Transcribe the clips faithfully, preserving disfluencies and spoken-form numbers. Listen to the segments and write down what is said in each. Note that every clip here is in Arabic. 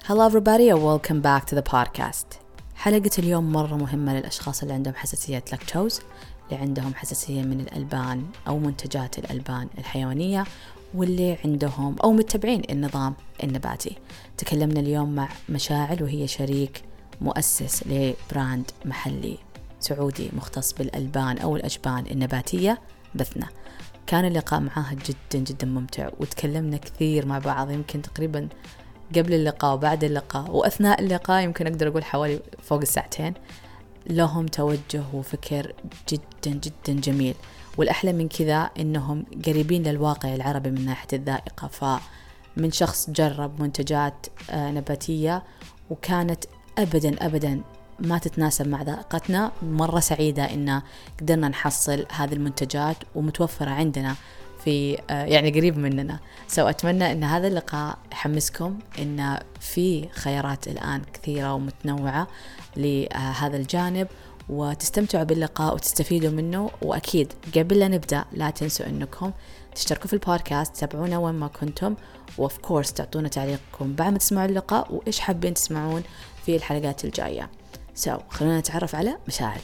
Hello everybody and welcome back to the podcast. حلقة اليوم مرة مهمة للأشخاص اللي عندهم حساسية لاكتوز، اللي عندهم حساسية من الألبان أو منتجات الألبان الحيوانية، واللي عندهم أو متبعين النظام النباتي. تكلمنا اليوم مع مشاعل، وهي شريك مؤسس لبراند محلي سعودي مختص بالألبان أو الأجبان النباتية بثنا. كان اللقاء معاها جدا جدا ممتع، وتكلمنا كثير مع بعض، يمكن تقريبا قبل اللقاء وبعد اللقاء وأثناء اللقاء يمكن أقدر أقول حوالي فوق الساعتين. لهم توجه وفكر جدا جدا جميل، والأحلى من كذا إنهم قريبين للواقع العربي من ناحية الذائقة. فمن شخص جرب منتجات نباتية وكانت أبدا أبدا ما تتناسب مع ذائقتنا، مرة سعيدة إن قدرنا نحصل هذه المنتجات ومتوفرة عندنا في يعني قريب مننا. سو أتمنى أن هذا اللقاء يحمسكم إن في خيارات الآن كثيرة ومتنوعة لهذا الجانب، وتستمتعوا باللقاء وتستفيدوا منه. وأكيد قبل لا نبدأ لا تنسوا أنكم تشتركوا في البودكاست، تتابعونا وين ما كنتم، وأوف كورس تعطونا تعليقكم بعد ما تسمعوا اللقاء وإيش حابين تسمعون في الحلقات الجاية. سو خلونا نتعرف على مشاعل.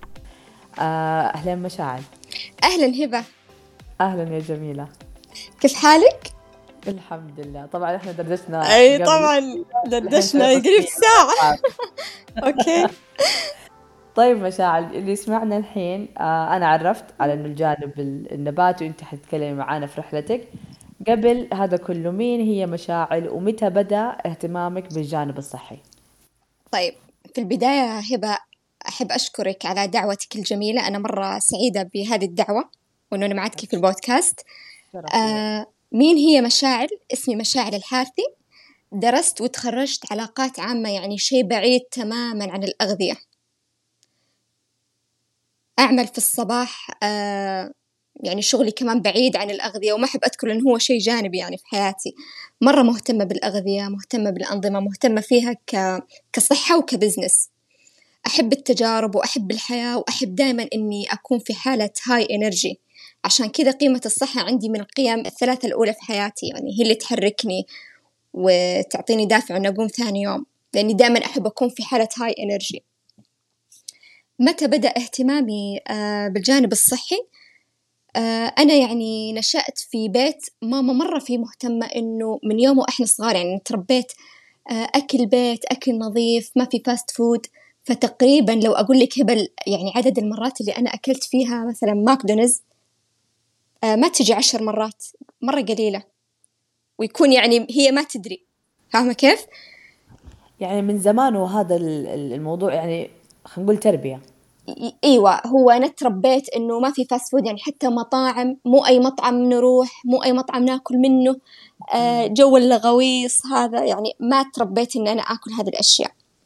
أهلا مشاعل. أهلا هبة. أهلا يا جميلة، كيف حالك؟ الحمد لله. طبعا احنا دردشنا، اي طبعا دردشنا قريب ساعة. اوكي. طيب مشاعل، اللي سمعنا الحين آه انا عرفت على انه الجانب النباتي وانت حتتكلمي معانا في رحلتك. قبل هذا كله، مين هي مشاعل ومتى بدأ اهتمامك بالجانب الصحي؟ طيب في البداية هبة أحب أشكرك على دعوتك الجميلة، أنا مرة سعيدة بهذه الدعوة وأنه أنا معك في البودكاست. آه مين هي مشاعل؟ اسمي مشاعل الحارثي، درست وتخرجت علاقات عامة، يعني شيء بعيد تماما عن الأغذية. أعمل في الصباح، آه يعني شغلي كمان بعيد عن الأغذية، وما أحب أذكر إنه هو شيء جانبي يعني في حياتي. مرة مهتمة بالأغذية، مهتمة بالأنظمة، مهتمة فيها ك... كصحة وكبزنس. أحب التجارب وأحب الحياة، وأحب دائما إني أكون في حالة هاي إنرجي. عشان كذا قيمة الصحة عندي من القيم الثلاثة الأولى في حياتي، يعني هي اللي تحركني وتعطيني دافع أن أقوم ثاني يوم، لأني دائما أحب أكون في حالة هاي إنرجي. متى بدأ اهتمامي بالجانب الصحي؟ أنا يعني نشأت في بيت ماما مرة في مهتمة إنه من يوم وإحنا صغار، يعني تربيت أكل بيت، أكل نظيف، ما في فاست فود. فتقريبا لو أقول لك هبل يعني عدد المرات اللي أنا أكلت فيها مثلا ماكدونالدز ما تجي عشر مرات، مرة قليلة، ويكون يعني هي ما تدري. فاهمة كيف؟ يعني من زمان وهذا الموضوع، يعني خلينا نقول تربية. ايوه، هو انا تربيت انه ما في فاست فود، يعني حتى مطاعم مو اي مطعم نروح، مو اي مطعم ناكل منه. آه جو اللغويص هذا، يعني ما تربيت ان انا اكل هذه الاشياء.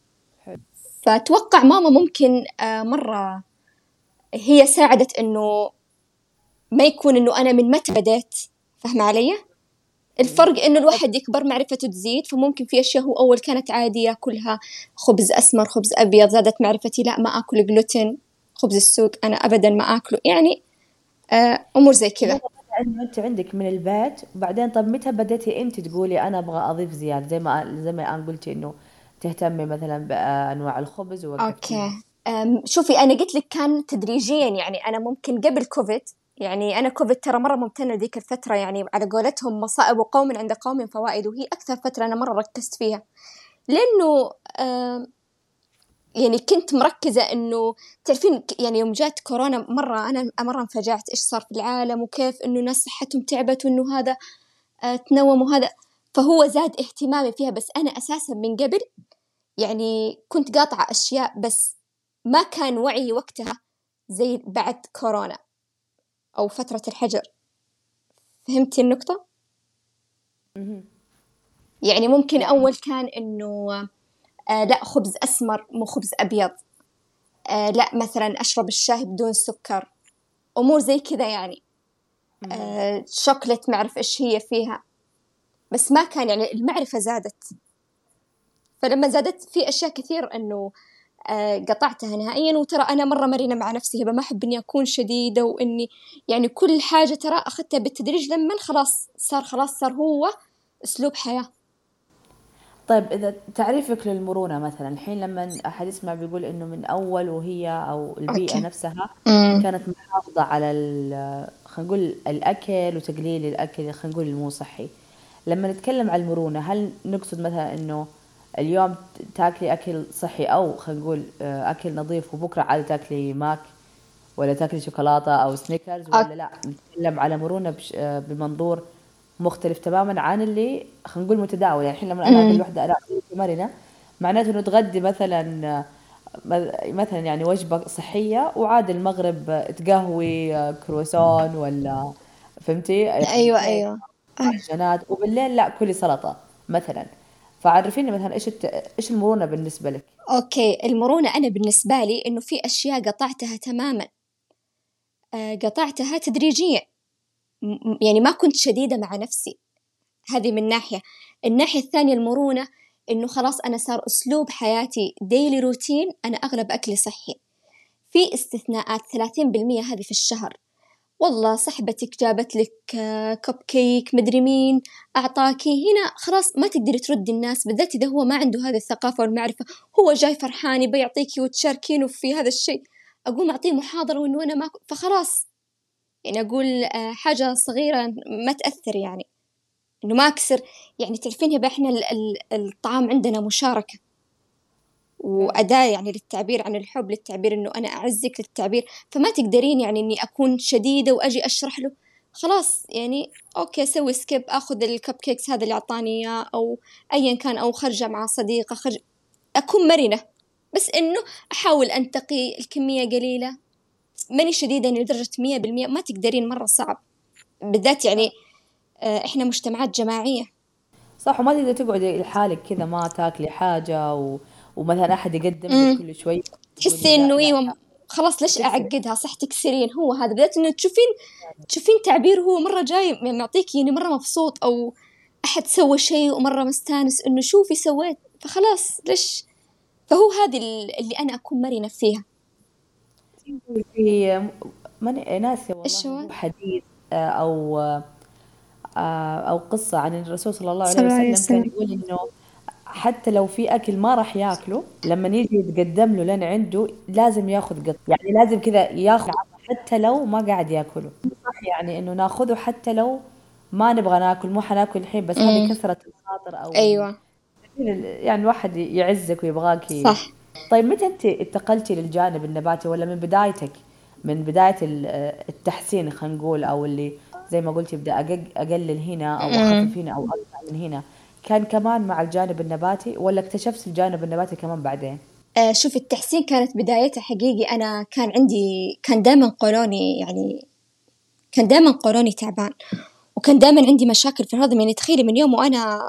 فاتوقع ماما ممكن آه مره هي ساعدت انه ما يكون انه انا من متى بديت. فاهمه علي؟ الفرق إنه الواحد يكبر معرفته تزيد، فممكن في أشياء هو أول كانت عادية كلها، خبز أسمر، خبز أبيض، زادت معرفتي لا ما أكل جلوتين، خبز السوق أنا أبدا ما أكله، يعني آه أمور زي كذا. أنت عندك من البيت، وبعدين طب متى بديتي أنت تقولي أنا أبغى أضيف زيادة، زي ما زي ما أنا قلتي إنه تهتمي مثلا بأنواع الخبز أوكي. شوفي أنا قلت لك كان تدريجيا، يعني أنا ممكن قبل كوفيد، يعني أنا كوفيد ترى مرة ممتنة ذيك الفترة، يعني على قولتهم مصائب وقوم عند قوم فوائد، وهي أكثر فترة أنا مرة ركزت فيها، لأنه آه يعني كنت مركزة إنه تعرفين يعني يوم جات كورونا مرة أنا مرة انفجعت إيش صار في العالم، وكيف إنه ناس صحتهم تعبت، وإنه هذا آه تنوم وهذا، فهو زاد اهتمامي فيها. بس أنا أساسا من قبل يعني كنت قاطعة أشياء، بس ما كان وعي وقتها زي بعد كورونا أو فترة الحجر. فهمتي النقطة؟ يعني ممكن أول كان إنه آه لا خبز أسمر مو خبز أبيض، آه لا مثلا أشرب الشاي بدون سكر، أمور زي كذا يعني. آه شوكلت معرف إيش هي فيها، بس ما كان يعني المعرفة زادت. فلما زادت في أشياء كثير أنه آه قطعتها نهائيا. وترى أنا مرة مرينة مع نفسي هبة، ما أحب إني أكون شديدة، وإني يعني كل حاجة ترى أخذتها بالتدريج، لما خلاص صار خلاص صار هو أسلوب حياة. طيب إذا تعريفك للمرونة مثلا، الحين لما أحد يسمع بيقول إنه من أول وهي أو البيئة أوكي. نفسها امم كانت محافظة على ال- خلينا نقول الأكل وتقليل الأكل، خلينا نقول المو صحي. لما نتكلم عن المرونة، هل نقصد مثلا إنه اليوم تاكلي أكل صحي أو خلينا نقول آه، أكل نظيف، وبكرة عادي تاكلي ماك ولا تاكلي شوكولاتة أو سنيكرز، ولا لا نتكلم على مرونة بش آه، بمنظور مختلف تماما عن اللي خلينا نقول متداول؟ يعني الحين لما انا اقول امم لوحده انا أكلتي مرنه، معناته انه تغدي مثلا آه، مثلا يعني وجبه صحيه، وعاد المغرب آه، تقهوي آه، كروسون ولا فهمتي يعني أيوة كيك أيوة. معجنات، وبالليل لا كلي سلطه مثلا. فعرفيني مثلا ايش الت... ايش المرونه بالنسبه لك؟ أوكي، المرونة أنا بالنسبة لي إنه في أشياء قطعتها تماما. آه، قطعتها تدريجيا. م- م- يعني ما كنت شديدة مع نفسي. هذه من ناحية. الناحية الثانية المرونة، إنه خلاص أنا صار أسلوب حياتي ديلي روتين، أنا أغلب أكلي صحي. في استثناءات ثلاثين بالمية هذه في الشهر. والله صاحبتك جابت لك آه، كب كيك مدري مين أعطاكي، هنا خلاص ما تقدري تردي الناس، بالذات إذا هو ما عنده هذه الثقافة والمعرفة. هو جاي فرحان بيعطيكي وتشاركينه في هذا الشيء، أقوم أعطيه محاضرة وإنه أنا ما فخلاص. يعني أقول آه، حاجة صغيرة ما تأثر، يعني إنه ما أكسر. يعني تعرفين هبة إحنا ال- ال- الطعام عندنا مشاركة فعلا. وأداة، يعني للتعبير عن الحب، للتعبير إنه أنا أعزك، للتعبير. فما تقدرين يعني إني أكون شديدة وأجي أشرح له. خلاص يعني أوكي أسوي سكيب، أخذ الكب كيكس هذا اللي أعطاني إياه أو أيا كان، أو خرجة مع صديقة، خرج أكون مرنة. بس إنه أحاول أنتقي الكمية قليلة، ماني شديدة يعني لدرجة مية بالمية، ما تقدرين، مرة صعب. بالذات يعني آه، إحنا مجتمعات جماعية. صح، وما تقدر تقعدي لحالك كذا ما تاكلي حاجه و... ومثلا احد يقدم لك امم كل شوي تحسي تقولي لا إنه لا إيوه، لا. خلاص ليش تكسري. أعقدها، صح تكسرين، هو هذا بدأت إنه تشوفين تشوفين تعبير هو مرة جاي يعني معطيك، يعني مرة مبسوط، أو أحد سوى شيء ومرة مستانس إنه شوفي سويت، فخلاص ليش. فهو هذه ال- اللي أنا أكون مرنة فيها. في ماني ناسية إيش والله، هو؟ هو حديث آه، أو آه، أو قصة عن الرسول صلى الله صلى عليه الله عليه وسلم، كان وسلم. يقول إنه حتى لو في أكل ما راح ياكله، لما يجي يتقدم له لين عنده لازم ياخذ قط، يعني لازم كذا ياخذ حتى لو ما قاعد ياكله. صح، يعني إنه ناخذه حتى لو ما نبغى ناكل، مو حناكل الحين، بس هذه امم كثرة الخاطر أو ال... أيوة. يعني الواحد يعزك ويبغاكي. صح. طيب متى انت انتقلتي للجانب النباتي، ولا من بدايتك، من بداية ال- التحسين خلينا نقول، او اللي زي ما قلتي بدأ أقل- اقلل هنا او امم اخفف هنا او اقطع من هنا، كان كمان مع الجانب النباتي، ولا اكتشفت الجانب النباتي كمان بعدين؟ آه شوف، التحسين كانت بدايتها حقيقي، أنا كان عندي كان دائما قولوني يعني كان دائما قولوني تعبان، وكان دائما عندي مشاكل في الهضم. يعني تخيلي من يوم وأنا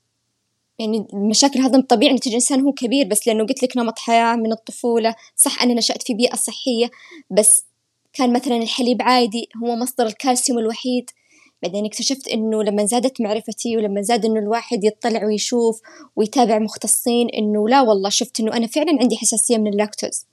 يعني مشاكل هضم طبيعي نتيجة إنسان هو كبير، بس لأنه قلت لك نمط حياة من الطفولة. صح أنا نشأت في بيئة صحية، بس كان مثلا الحليب عادي هو مصدر الكالسيوم الوحيد. بعدين اكتشفت إنه لما زادت معرفتي، ولما زاد إنه الواحد يطلع ويشوف ويتابع مختصين، إنه لا والله شفت إنه أنا فعلا عندي حساسية من اللاكتوز،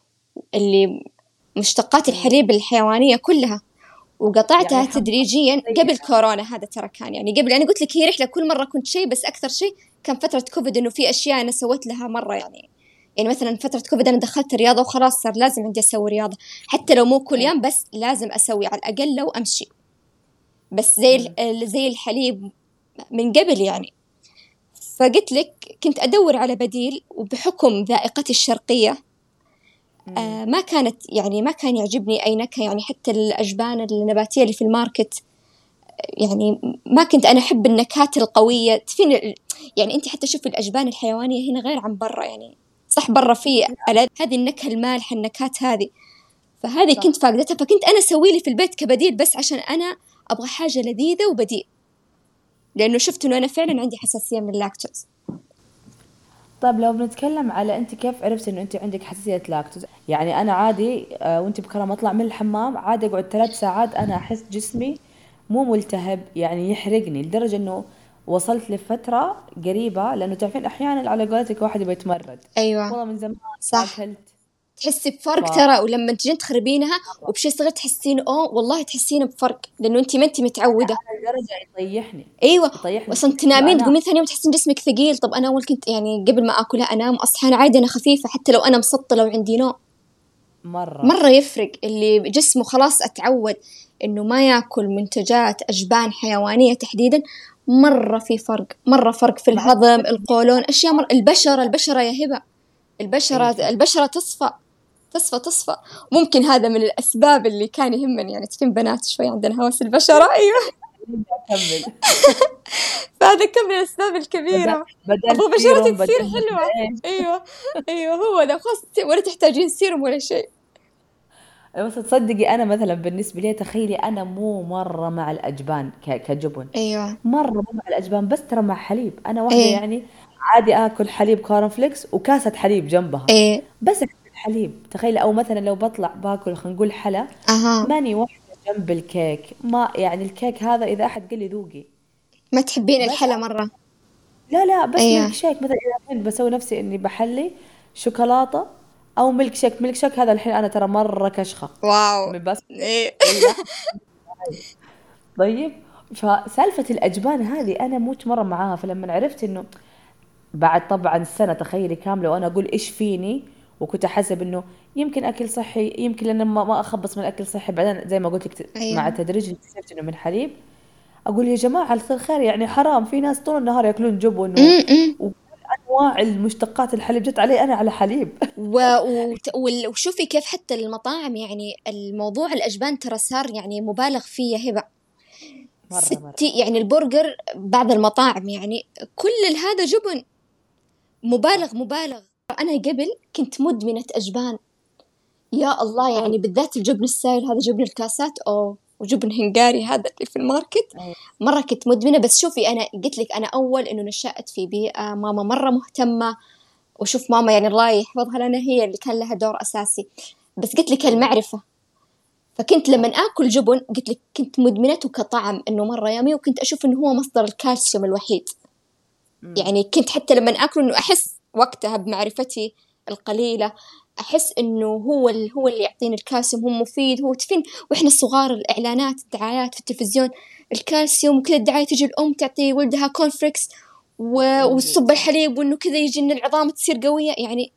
اللي مشتقات امم الحليب الحيوانية كلها. يعني وقطعتها حمض تدريجيا سيء. قبل كورونا، هذا ترى كان يعني قبل. أنا قلت لك هي رحلة، كل مرة كنت شيء، بس أكثر شيء كان فترة كوفيد، إنه في أشياء أنا سويت لها مرة يعني. يعني مثلا فترة كوفيد أنا دخلت الرياضة وخلاص صار لازم عندي أسوي رياضة، حتى لو مو كل حلو. يوم، بس لازم أسوي على الأقل لو أمشي. بس زي امم ال- زي الحليب من قبل يعني. فقلت لك كنت أدور على بديل، وبحكم ذائقتي الشرقية امم آه ما كانت يعني ما كان يعجبني أي نكهة. يعني حتى الأجبان النباتية اللي في الماركت، يعني ما كنت أنا أحب النكهات القوية فين. يعني أنت حتى شوفي الأجبان الحيوانية هنا غير عن برا يعني. صح برا في ألذ هذه النكهة المالحة، النكهات هذه، فهذه كنت صح. فاقدتها. فكنت أنا أسوي لي في البيت كبديل، بس عشان أنا أبغى حاجة لذيذة وبديل، لأنه شفت إنه أنا فعلا عندي حساسية من اللاكتوز. طيب لو بنتكلم على انت كيف عرفتي انه انت عندك حساسية لاكتوز؟ يعني انا عادي آه، وانت بكرم اطلع من الحمام عادي اقعد ثلاث ساعات انا احس جسمي مو ملتهب، يعني يحرقني لدرجة انه وصلت لفترة قريبة، لانه تعرفين احيانا على قولتك واحد يبغى يتمرد، أيوة. والله من زمان ما صح. اكلت تحسي بفرق ف ترى، ولما تجين تخربينها وبشي صغير تحسين أوه والله تحسين بفرق، لأنه أنت ما أنت متعودة. درجة يطيحني أيوة. يطيحني أصلا إنه تنامين أنا تقومين ثاني يوم تحسين جسمك ثقيل. طب أنا أول كنت يعني قبل ما أكلها أنام أصحى أنا عادي أنا خفيفة حتى لو أنا مسطلة وعندي نوم. مرة مرة يفرق اللي جسمه خلاص اتعود إنه ما يأكل منتجات أجبان حيوانية تحديدا. مرة في فرق، مرة فرق في مع إنه الهضم، بس القولون، أشياء مرة. البشرة البشرة يا هبة، أي البشرة صح البشرة تصفى تصفى تصفى. ممكن هذا من الأسباب اللي كان يهمني، يعني تكون بنات شوي عندنا هوس البشرة. أيوة. أكمل فهذا كم من الأسباب بدل الكبيرة. بدل أبغى بشرتي سيروم تصير بدل مدري حلوة. إيش. أيوة. أيوة هو ده خلاص، ولا تحتاجين سيروم ولا شيء. بس تصدقي أنا مثلا بالنسبة لي تخيلي أنا مو مرة مع الأجبان ك- كجبن، أيوة. مرة مو مع الأجبان، بس ترى مع حليب أنا واحدة إيه. يعني عادي آكل حليب كورنفليكس وكاسة حليب جنبها، إيه. بس أحب الحليب تخيلي. أو مثلا لو بطلع باكل خلينا نقول حلا، أها. ماني واحدة جنب الكيك، ما يعني الكيك هذا إذا أحد قال لي ذوقي ما تحبين بس. الحلا مرة؟ لا لا بس ميلك أيوة. شيك مثلا، إذا الحين بسوي نفسي إني بحلي شوكولاتة أو ميلك شيك. ميلك شيك هذا الحين أنا ترى مرة كشخة واو. من بس إيه. اللحم. طيب، فسالفة الأجبان هذه أنا موت مرة معاها. فلما عرفت إنه بعد طبعا سنة تخيلي كاملة وأنا أقول إيش فيني، وكنت أحسب إنه يمكن أكل صحي، يمكن لأن ما ما أخبص من أكل صحي، بعدين زي ما قلت لك مع أيوة. التدريج اكتشفت إنه من حليب. أقول يا جماعة الخير يعني حرام، في ناس طول النهار يأكلون جبن و... امم. وأنواع المشتقات الحليب، جت علي أنا على حليب. و... وت- وال- وشوفي كيف حتى المطاعم، يعني الموضوع الأجبان ترى صار يعني مبالغ فيه يا هبة. مرة مرة ستي يعني البرجر بعض المطاعم يعني كل هذا جبن، صح. مبالغ مبالغ. أنا قبل كنت مدمنة أجبان، يا الله، يعني بالذات الجبن السائل هذا، جبن الكاسات أو وجبن هنغاري هذا اللي في الماركت. أي. مرة كنت مدمنة. بس شوفي أنا قلت لك أنا أول إنه نشأت في بيئة ماما مرة مهتمة، وشوف ماما يعني الله يحفظها لنا هي اللي كان لها دور أساسي. بس قلت لك أي. المعرفة. فكنت لما صح. آكل جبن قلت لك كنت مدمنته كطعم إنه مرة يامي، وكنت أشوف إنه هو مصدر الكالسيوم الوحيد. أمم. يعني كنت حتى لما آكله إنه أحس وقتها بمعرفتي القليلة، أحس إنه هو ال- هو اللي يعطيني الكالسيوم، هو مفيد. هو تفين وإحنا الصغار الإعلانات الدعايات في التلفزيون الكالسيوم وكذا، الدعاية تجي الأم تعطي ولدها كونفليكس و- من جد وتصب صح. الحليب وإنه كذا يجي إن العظام تصير قوية يعني.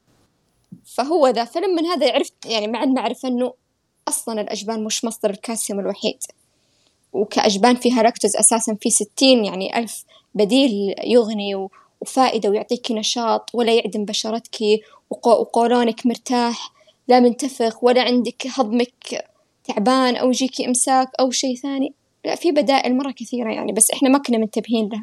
فهو ذا. فلما هذا عرفت يعني مع المعرفة إنه أصلا الأجبان مش مصدر الكالسيوم الوحيد، وكأجبان فيها لاكتوز أساسا في ستين يعني ألف بديل يغني و- وفائدة ويعطيك نشاط، ولا يعدم بشرتك وقو- وقولونك مرتاح، لا منتفخ ولا عندك هضمك تعبان أو يجيك إمساك أو شيء ثاني. لا، في بدائل مرة كثيرة يعني، بس إحنا ما كنا منتبهين لها.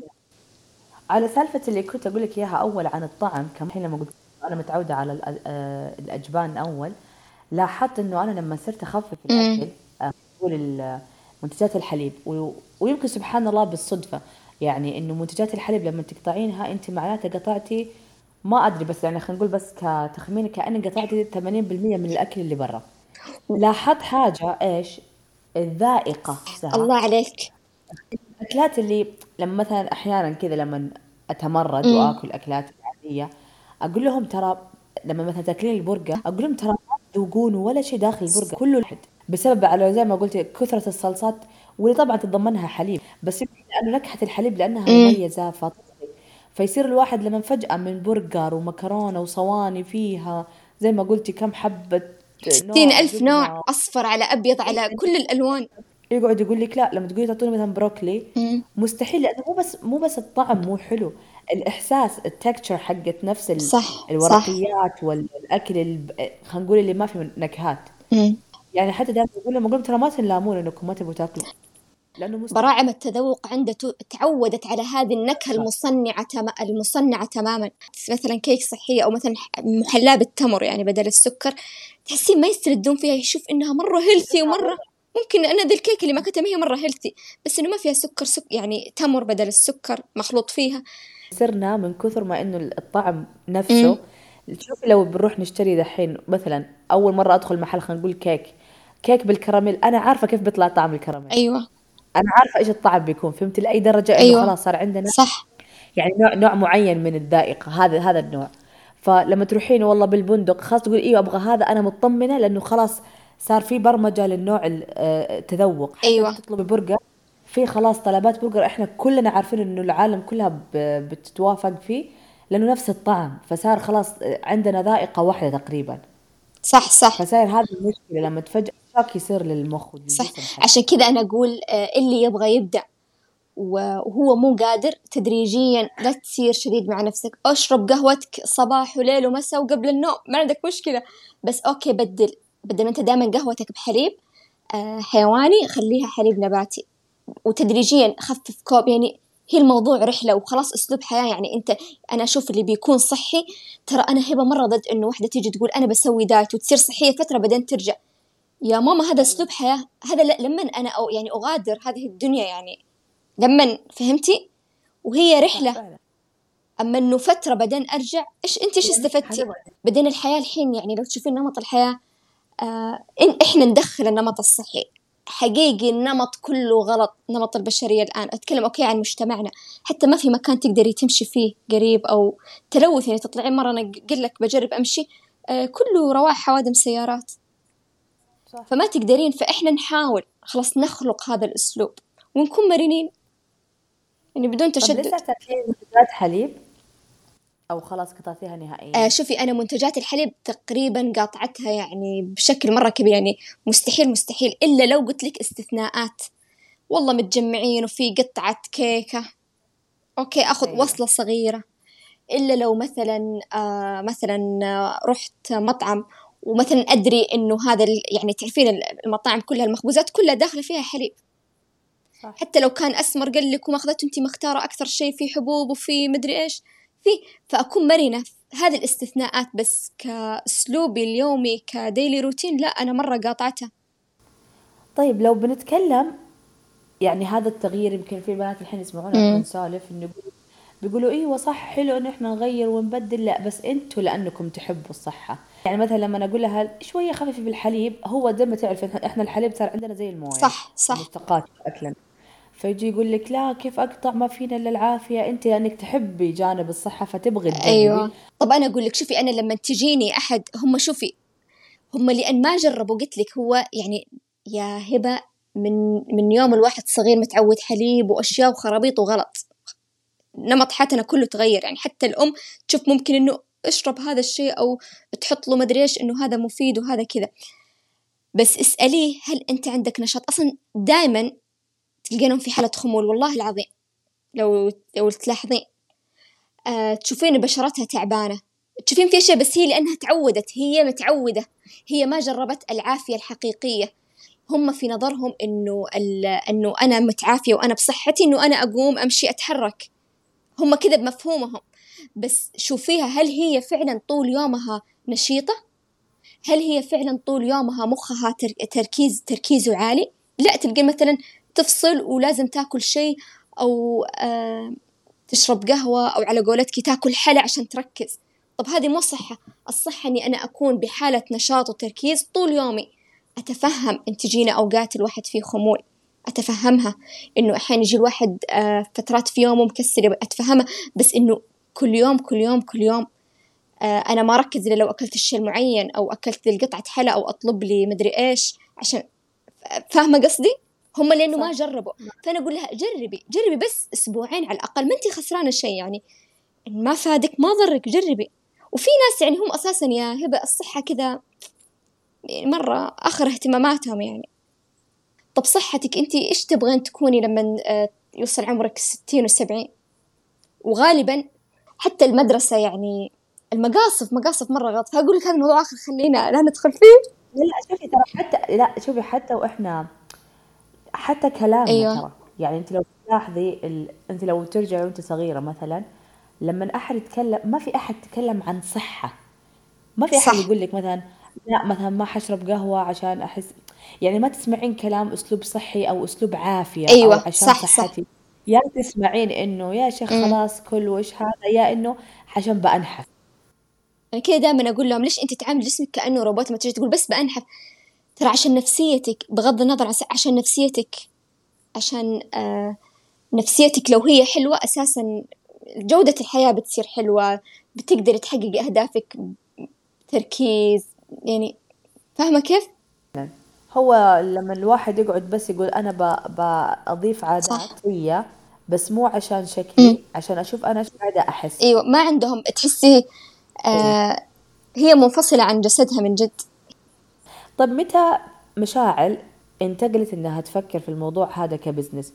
على سالفة اللي كنت أقول لك إياها أول عن الطعم، كم الحين لما قلت أنا متعودة على الأ- آه، الأجبان أول، لاحظت إنه أنا لما صرت أخفف أمم. الأكل، آه، أقول ال- منتجات الحليب و- ويمكن سبحان الله بالصدفة، يعني إنه منتجات الحليب لما تقطعينها أنت معناته قطعتي، ما أدري بس يعني خلينا نقول بس كتخمين كأنك قطعتي ثمانين بالمية من الأكل اللي برا. لاحظت حاجة إيش؟ الذائقة نفسها. الله عليك. الأكلات اللي لما مثلا أحيانا كذا لما أتمرد أمم. وآكل أكلات عادية، أقول لهم ترى لما مثلا تاكلين البرجر أقول لهم ترى ما تذوقون ولا شيء داخل البرجر كله لحد، بسبب على زي ما قلت كثرة الصلصات، واللي طبعا تتضمنها حليب، بس يمكن لأنه نكهة الحليب لأنها أمم. مميزة فطري. فيصير الواحد لما فجأة من برجر ومكرونة وصواني فيها زي ما قلتي كم حبة ستين نوع ألف نوع، جبنة، أصفر على أبيض على كل الألوان. يقعد يقول لك لا لما تقولي تعطوني مثلا بروكلي أمم. مستحيل، لانه مو بس مو بس الطعم مو حلو، الاحساس التكتشر حقت نفس ال- صح صح. الورقيات والاكل ال- خلينا نقول اللي ما في نكهات. أمم. يعني حتى دائما اقول لهم اقول لهم ترى ما تنلامون انكم ما تبغوا تاكلوا، لانه مستحيل. براعم التذوق عنده تو- تعودت على هذه النكهة صح. المصنعة تم... المصنعة تماما. مثلا كيك صحية أو مثلا ح- محلاة بالتمر يعني بدل السكر، تحسين ما يستردون فيها، يشوف إنها مرة هيلثي ومرة ممكن. أنا ذي الكيك اللي ما كتم هي مرة هيلثي، بس إنه ما فيها سكر سك يعني تمر بدل السكر مخلوط فيها. صرنا من كثر ما انه الطعم أمم. نفسه. شوفي لو بنروح نشتري دحين مثلا اول مره ادخل محل خلينا نقول كيك، كيك بالكراميل، انا عارفه كيف بيطلع طعم الكراميل، أيوة. انا عارفه ايش الطعم بيكون، فهمت لاي درجه انه أيوة خلاص صار عندنا صح. يعني نوع نوع معين من الذائقة، هذا هذا النوع. فلما تروحين والله بالبندق خلاص تقول ايوه ابغى هذا، انا مطمنه لانه خلاص صار في برمجه للنوع التذوق. حتى أيوة تطلبي برجر في خلاص طلبات برجر احنا كلنا عارفين انه العالم كلها ب- بتتوافق فيه لانه نفس الطعم، فصار خلاص عندنا ذائقه واحده تقريبا. صح صح فصاير هذه المشكله لما تفجأة شوك يصير للمخ صح. وللجسم حتى. عشان كذا أنا أقول آه، اللي يبغى يبدأ وهو مو قادر تدريجيا، لا تصير شديد مع نفسك. اشرب قهوتك صباح وليل ومساء وقبل النوم، ما عندك مشكلة، بس أوكي بدل بدل ما أنت دائما قهوتك بحليب آه، حيواني، خليها حليب نباتي، وتدريجيا خفف كوب. يعني هي الموضوع رحلة وخلاص أسلوب حياة. يعني أنت، أنا أشوف اللي بيكون صحي، ترى أنا هبة مرة ضد إنه واحدة تيجي تقول أنا بسوي دايت وتصير صحية فترة بعدين ترجع. يا ماما هذا ايوه أسلوب حياة، هذا لا لما أنا أو يعني أغادر هذه الدنيا، يعني لما فهمتي، وهي صح رحلة. فعلا. أما إنه فترة بعدين أرجع، إيش أنت إيش هي مش استفدتي؟ حلوة. بعدين الحياة الحين يعني لو تشوفين نمط الحياة، آه إن إحنا ندخل النمط الصحي. حقيقي النمط كله غلط، نمط البشرية الآن أتكلم أوكي عن مجتمعنا، حتى ما في مكان تقدري تمشي فيه قريب أو تلوث. يعني تطلعين مرة أنا قل لك بجرب أمشي، آه كله رواح حوادم سيارات، صح. فما تقدرين. فإحنا نحاول خلاص نخلق هذا الأسلوب ونكون مرنين، يعني بدون طب تشدد. لسه تاكلين منتجات حليب او خلاص قطعتيها آه نهائيا؟ شوفي أنا منتجات الحليب تقريبا قاطعتها يعني بشكل مرة كبير، يعني مستحيل مستحيل، إلا لو قلت لك استثناءات، والله متجمعين وفي قطعة كيكة أوكي أخذ ايوه وصلة صغيرة. إلا لو مثلا آه مثلا آه رحت مطعم ومثلا أدري إنه هذا ال- يعني تعرفين المطاعم كلها المخبوزات كلها داخلة فيها حليب، صح. حتى لو كان أسمر قال لك وما أخذته أنت مختارة أكثر شيء في حبوب وفي مدري إيش في. فأكون مرنة في هذه الاستثناءات، بس كأسلوبي اليومي كديلي روتين لا، أنا مرة قاطعتها. طيب لو بنتكلم يعني هذا التغيير، يمكن في بنات الحين يسمعونا واحنا امم نسولف انه يقولوا- بيقولوا ايوه صح حلو انه احنا نغير ونبدل، لا بس انتوا لانكم تحبوا الصحة. يعني مثلا لما أنا اقول لها شوية خففي بالحليب، هو زي ما تعرف احنا الحليب صار عندنا زي الموية صح صح ومشتقات اكلا، فيجي يقول لك لا كيف اقطع ما فينا الا العافية، انت لانك تحبي جانب الصحة فتبغي تجربي. أيوة. طب أنا أقول لك شوفي، أنا لما تجيني أحد، هم شوفي هم لأن ما جربوا، قلت لك هو يعني يا هبة، من من يوم الواحد صغير متعود حليب وأشياء وخرابيط وغلط، نمط حياتنا كله تغير. يعني حتى الأم تشوف ممكن إنه اشرب هذا الشيء أو تحط له مدري إيش إنه هذا مفيد وهذا كذا، بس اسأليه هل أنت عندك نشاط أصلا؟ دائما تلقينهم في حالة خمول والله العظيم. لو لو تلاحظين آه تشوفين بشرتها تعبانة، تشوفين في أشياء، بس هي لأنها تعودت، هي متعودة، هي ما جربت العافية الحقيقية. هم في نظرهم إنه إنه أنا متعافية وأنا بصحتي إنه أنا أقوم أمشي أتحرك، هم كذا بمفهومهم. بس شوفيها هل هي فعلا طول يومها نشيطة؟ هل هي فعلا طول يومها مخها تركيز تركيزه عالي؟ لا، تلقى مثلا تفصل ولازم تاكل شيء أو آه تشرب قهوة أو على قولتك تاكل حلا عشان تركز. طب هذه مو صحة. الصحة أني أنا أكون بحالة نشاط وتركيز طول يومي. أتفهم أن تجينا أوقات الواحد فيه خمول، أتفهمها، إنه أحيانا يجي الواحد آه فترات في يومه مكسر، أتفهمها، بس إنه كل يوم كل يوم كل يوم آه أنا ما أركز إلا لو أكلت الشيء المعين أو أكلت القطعة حلا أو أطلب لي مدري إيش عشان. فاهمة قصدي؟ هم لأنه ما صح. جربوا. فأنا أقول لها جربي جربي بس أسبوعين على الأقل، ما أنتي خسرانة شيء يعني، ما فادك ما ضرك، جربي. وفي ناس يعني هم أساسا يا هبة الصحة كذا يعني مرة آخر اهتماماتهم يعني. طب صحتك أنتي إيش تبغين تكوني لما يوصل عمرك ستين وسبعين؟ وغالبا حتى المدرسة يعني المقاصف مقاصف مرة غلط. فأقول لك هذا الموضوع آخر خلينا لا ندخل فيه. لا شوفي ترى حتى، لا شوفي حتى واحنا حتى كلامنا أيوة ترى، يعني انت لو تلاحظي ال... انت لو ترجعي وانت صغيرة مثلا لما احد يتكلم، ما في احد تكلم عن صحة، ما في احد صح. يقول لك مثلا لا مثلا ما حشرب قهوة عشان احس، يعني ما تسمعين كلام اسلوب صحي او اسلوب عافية او أيوة عشان صح صح. صحتي. يا تسمعين انه يا شيخ أمم. خلاص كل وش هذا، يا انه عشان بأنحف. أنا كده دائما أقول لهم ليش أنت تعامل جسمك كأنه روبوت؟ ما تجي تقول بس بأنحف، ترى عشان نفسيتك، بغض النظر عن عشان نفسيتك، عشان آه نفسيتك لو هي حلوة أساسا جودة الحياة بتصير حلوة، بتقدر تحقق أهدافك تركيز يعني. فاهمة كيف؟ هو لما الواحد يقعد بس يقول أنا ب- بأضيف عادات صح. هي بس مو عشان شكلي، مم. عشان أشوف أنا إيش قاعدة أحس. أيوة، ما عندهم تحسي إيه. آه هي منفصلة عن جسدها من جد. طب متى مشاعل انتقلت إنها تفكر في الموضوع هذا كبزنس؟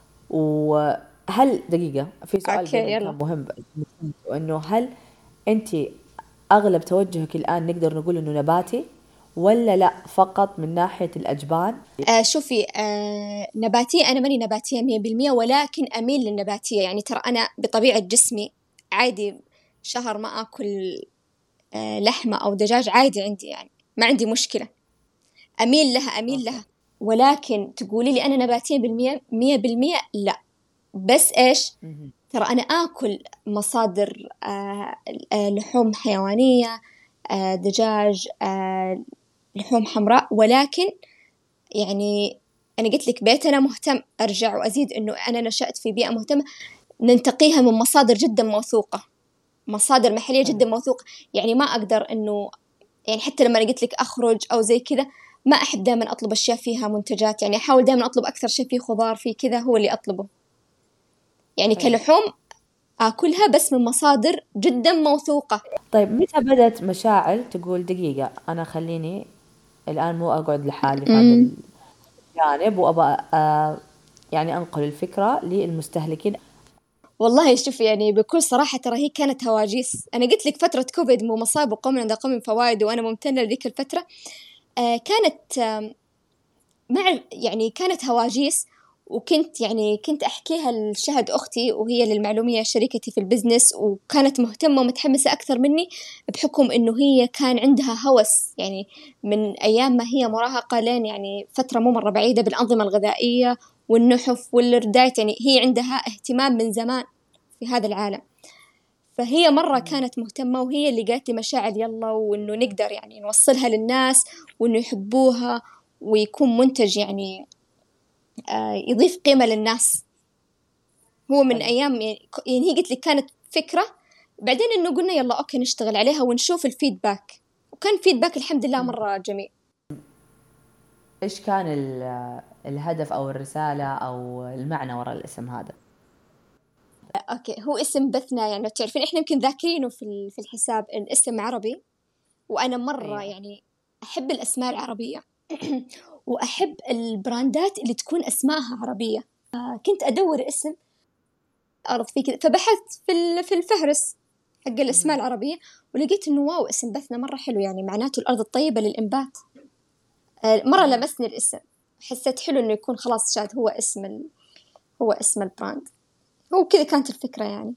وهل دقيقة في سؤال أوكي دائما كان يلا. مهم، إنه هل أنت أغلب توجهك الآن نقدر نقول إنه نباتي، ولا لا فقط من ناحية الأجبان؟ آه شوفي، آه نباتية، أنا ماني نباتية مية بالمية، ولكن أميل للنباتية. يعني ترى أنا بطبيعة جسمي عادي شهر ما أكل آه لحمة أو دجاج عادي عندي، يعني ما عندي مشكلة. أميل لها أميل أوكي. لها ولكن تقولي لي أنا نباتية بالمية مية بالمية لا. بس إيش، مهم. ترى أنا آكل مصادر آه آه لحوم حيوانية، آه دجاج، آه لحوم حمراء، ولكن يعني أنا قلت لك بيتنا مهتم، أرجع وأزيد إنه أنا نشأت في بيئة مهتمة، ننتقيها من مصادر جدا موثوقة، مصادر محلية حلو. جدا موثوقة. يعني ما أقدر إنه، يعني حتى لما أنا قلت لك أخرج أو زي كذا، ما أحب دائما أطلب أشياء فيها منتجات، يعني أحاول دائما أطلب أكثر شيء فيه خضار فيه كذا هو اللي أطلبه. يعني حلو. كلحوم آكلها بس من مصادر جدا موثوقة. طيب متى بدأت مشاعل تقول دقيقة أنا خليني الآن مو أقعد لحالي في هذا أمم الجانب، وأبغى آه يعني أنقل الفكرة للمستهلكين؟ والله شوف، يعني بكل صراحة ترى هي كانت هواجيس. أنا قلت لك فترة كوفيد مو مصاب وقوم عند قوم فوائد، وأنا ممتنة لذيك الفترة. آه كانت آه مع يعني كانت هواجيس. وكنت يعني كنت أحكيها لشهد أختي، وهي للمعلومية شريكتي في البزنس، وكانت مهتمة ومتحمسة أكثر مني، بحكم إنه هي كان عندها هوس يعني من أيام ما هي مراهقة لين يعني فترة مو مرة بعيدة بالأنظمة الغذائية والنحف والردايت. يعني هي عندها اهتمام من زمان في هذا العالم. فهي مرة كانت مهتمة، وهي اللي قالت لي مشاعل يلا، وإنه نقدر يعني نوصلها للناس وإنه يحبوها، ويكون منتج يعني آه، يضيف قيمة للناس. هو من حلو. أيام يعني يعني هي قلت لي كانت فكرة، بعدين إنه قلنا يلا أوكي نشتغل عليها ونشوف الفيدباك، وكان فيدباك الحمد لله مم. مرة جميل. إيش كان ال- الهدف أو الرسالة أو المعنى وراء الاسم هذا؟ أوكي، هو اسم بثنا، يعني تعرفين إحنا يمكن ذاكرينه في ال- في الحساب، الاسم عربي، وأنا مرة أيوة. يعني أحب الأسماء العربية وأحب البراندات اللي تكون أسماءها عربية. آه، كنت أدور اسم أعرض فيه كذا، فبحثت في ال- في الفهرس حق الأسماء مهم. العربية، ولقيت إنه واو اسم بثنا مرة حلو، يعني معناته الأرض الطيبة للإنبات. آه، مرة مهم. لمسني الاسم، حسيت حلو إنه يكون خلاص شاد هو اسم ال... هو اسم البراند. هو كذا كانت الفكرة يعني.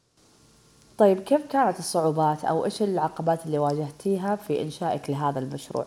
طيب كيف كانت الصعوبات أو إيش العقبات اللي واجهتيها في إنشائك لهذا المشروع؟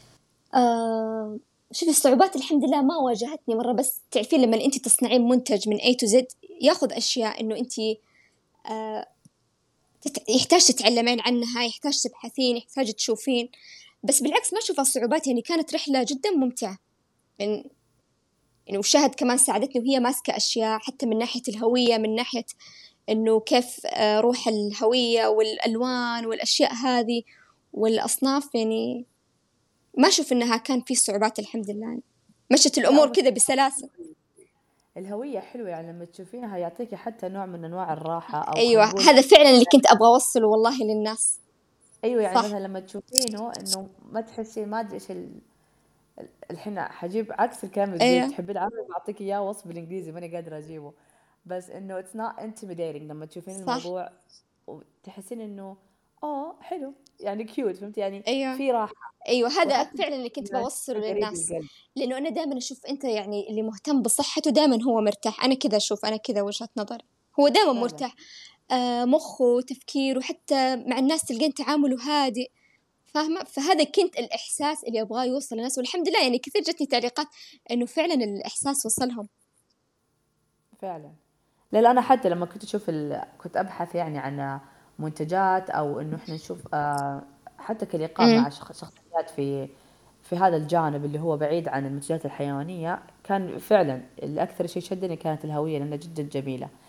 آه شوفي، الصعوبات الحمد لله ما واجهتني مرة، بس تعرفين لما أنت تصنعين منتج من A to Z ياخذ أشياء إنه أنت آه تت... يحتاج تتعلمين عنها، يحتاج تبحثين، يحتاج تشوفين. بس بالعكس ما أشوفها صعوبات، يعني كانت رحلة جدا ممتعة. يعني يعني وشهد كمان ساعدتني وهي ماسكة أشياء، حتى من ناحية الهوية، من ناحية إنه كيف آه، روح الهوية والألوان والأشياء هذه والأصناف. يعني ما أشوف إنها كان في صعوبات الحمد لله، يعني مشت لا الأمور هو كذا بسلاسة. الهوية حلوة، يعني لما تشوفينها يعطيكي حتى نوع من أنواع الراحة، أو خلينا أيوة، نقول. هذا فعلا اللي كنت أبغى أوصله والله للناس. أيوة، يعني صح. مثلا لما تشوفينه إنه ما تحسين، ما أدري إيش ال... الحين حجيب عكس الكلام اللي تقولي أيوة تحبي العربي، بعطيك إياه وصف بالإنجليزي ماني قادرة أجيبه. بس إنه it's not intimidating لما تشوفين صح. الموضوع وتحسين إنه آه حلو، يعني كيوت، فهمت يعني، أيوة في راحة. أيوة، هذا وحتى فعلا اللي كنت الناس بوصله قريب للناس. للقلب. لأنه أنا دائما أشوف أنت يعني اللي مهتم بصحته دائما هو مرتاح. أنا كذا أشوف، أنا كذا وجهة نظري، هو دائما فعلا. مرتاح. آه مخه تفكيره وحتى مع الناس تلقين تعامله هادئ. فاهمة؟ فهذا كنت الإحساس اللي أبغاه يوصل للناس، والحمد لله يعني كثير جتني تعليقات إنه فعلا الإحساس وصلهم. فعلا. لا لا، انا حتى لما كنت اشوف ال... كنت ابحث يعني عن منتجات، او انه احنا نشوف آه، حتى كلقاء امم مع شخ- شخصيات في في هذا الجانب اللي هو بعيد عن المنتجات الحيوانية، كان فعلا الأكثر شيء شدني كانت الهوية لأنها جدا جميلة.